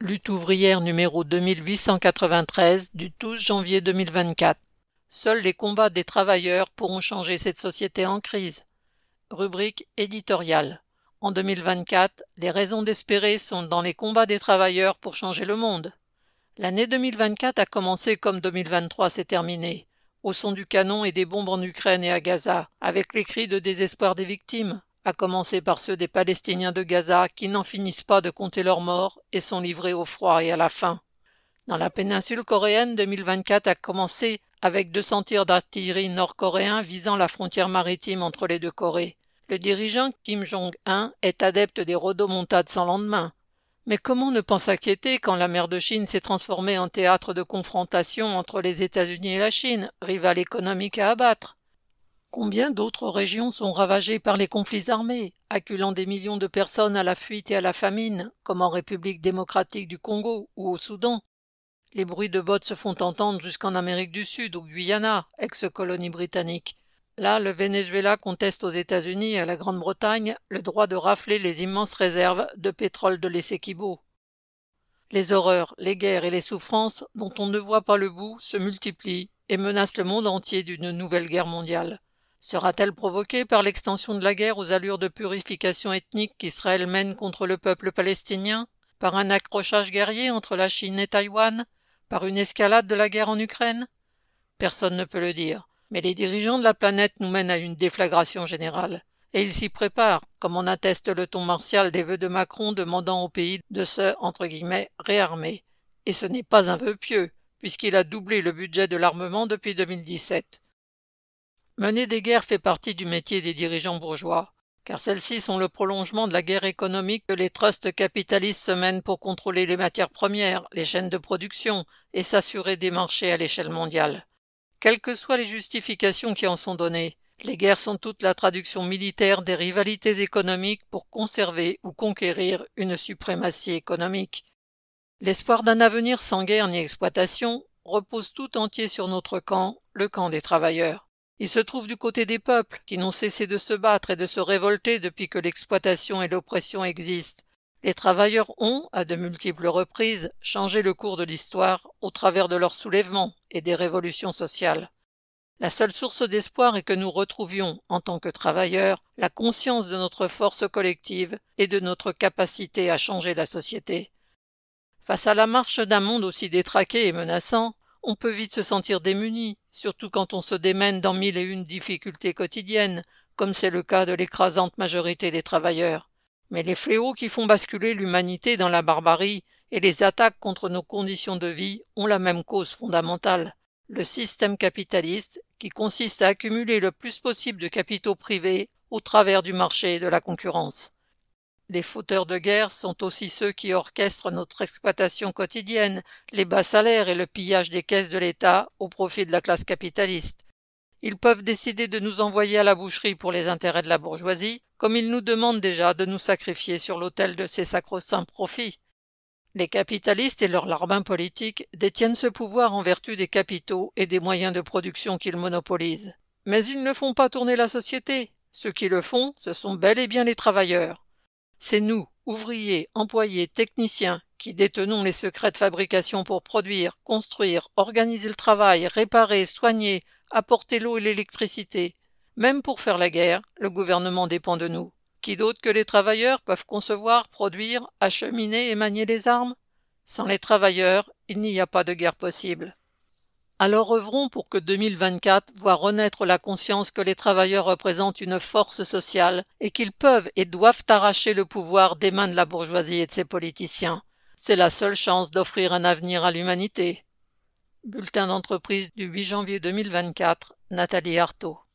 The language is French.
Lutte ouvrière numéro 2893 du 12 janvier 2024. Seuls les combats des travailleurs pourront changer cette société en crise. Rubrique éditoriale. En 2024, les raisons d'espérer sont dans les combats des travailleurs pour changer le monde. L'année 2024 a commencé comme 2023 s'est terminée, au son du canon et des bombes en Ukraine et à Gaza, avec les cris de désespoir des victimes, à commencer par ceux des Palestiniens de Gaza qui n'en finissent pas de compter leurs morts et sont livrés au froid et à la faim. Dans la péninsule coréenne, 2024 a commencé avec 200 tirs d'artillerie nord-coréens visant la frontière maritime entre les deux Corées. Le dirigeant Kim Jong-un est adepte des rodomontades sans lendemain. Mais comment ne pas s'inquiéter quand la mer de Chine s'est transformée en théâtre de confrontation entre les États-Unis et la Chine, rivale économique à abattre? Combien d'autres régions sont ravagées par les conflits armés, acculant des millions de personnes à la fuite et à la famine, comme en République démocratique du Congo ou au Soudan? Les bruits de bottes se font entendre jusqu'en Amérique du Sud, au Guyana, ex-colonie britannique. Là, le Venezuela conteste aux États-Unis et à la Grande-Bretagne le droit de rafler les immenses réserves de pétrole de l'Essequibo. Les horreurs, les guerres et les souffrances, dont on ne voit pas le bout, se multiplient et menacent le monde entier d'une nouvelle guerre mondiale. Sera-t-elle provoquée par l'extension de la guerre aux allures de purification ethnique qu'Israël mène contre le peuple palestinien, par un accrochage guerrier entre la Chine et Taïwan, par une escalade de la guerre en Ukraine? Personne ne peut le dire, mais les dirigeants de la planète nous mènent à une déflagration générale. Et ils s'y préparent, comme en atteste le ton martial des vœux de Macron demandant au pays de se, entre guillemets, réarmer. Et ce n'est pas un vœu pieux, puisqu'il a doublé le budget de l'armement depuis 2017. Mener des guerres fait partie du métier des dirigeants bourgeois, car celles-ci sont le prolongement de la guerre économique que les trusts capitalistes se mènent pour contrôler les matières premières, les chaînes de production et s'assurer des marchés à l'échelle mondiale. Quelles que soient les justifications qui en sont données, les guerres sont toute la traduction militaire des rivalités économiques pour conserver ou conquérir une suprématie économique. L'espoir d'un avenir sans guerre ni exploitation repose tout entier sur notre camp, le camp des travailleurs. Il se trouve du côté des peuples qui n'ont cessé de se battre et de se révolter depuis que l'exploitation et l'oppression existent. Les travailleurs ont, à de multiples reprises, changé le cours de l'histoire au travers de leurs soulèvements et des révolutions sociales. La seule source d'espoir est que nous retrouvions, en tant que travailleurs, la conscience de notre force collective et de notre capacité à changer la société. Face à la marche d'un monde aussi détraqué et menaçant, on peut vite se sentir démuni, surtout quand on se démène dans 1001 difficultés quotidiennes, comme c'est le cas de l'écrasante majorité des travailleurs. Mais les fléaux qui font basculer l'humanité dans la barbarie et les attaques contre nos conditions de vie ont la même cause fondamentale, le système capitaliste qui consiste à accumuler le plus possible de capitaux privés au travers du marché et de la concurrence. Les fauteurs de guerre sont aussi ceux qui orchestrent notre exploitation quotidienne, les bas salaires et le pillage des caisses de l'État au profit de la classe capitaliste. Ils peuvent décider de nous envoyer à la boucherie pour les intérêts de la bourgeoisie, comme ils nous demandent déjà de nous sacrifier sur l'autel de ces sacro-saints profits. Les capitalistes et leurs larbins politiques détiennent ce pouvoir en vertu des capitaux et des moyens de production qu'ils monopolisent. Mais ils ne font pas tourner la société. Ceux qui le font, ce sont bel et bien les travailleurs. C'est nous, ouvriers, employés, techniciens, qui détenons les secrets de fabrication pour produire, construire, organiser le travail, réparer, soigner, apporter l'eau et l'électricité. Même pour faire la guerre, le gouvernement dépend de nous. Qui d'autre que les travailleurs peuvent concevoir, produire, acheminer et manier les armes? Sans les travailleurs, il n'y a pas de guerre possible. Alors œuvrons pour que 2024 voie renaître la conscience que les travailleurs représentent une force sociale et qu'ils peuvent et doivent arracher le pouvoir des mains de la bourgeoisie et de ses politiciens. C'est la seule chance d'offrir un avenir à l'humanité. Bulletin d'entreprise du 8 janvier 2024, Nathalie Arthaud.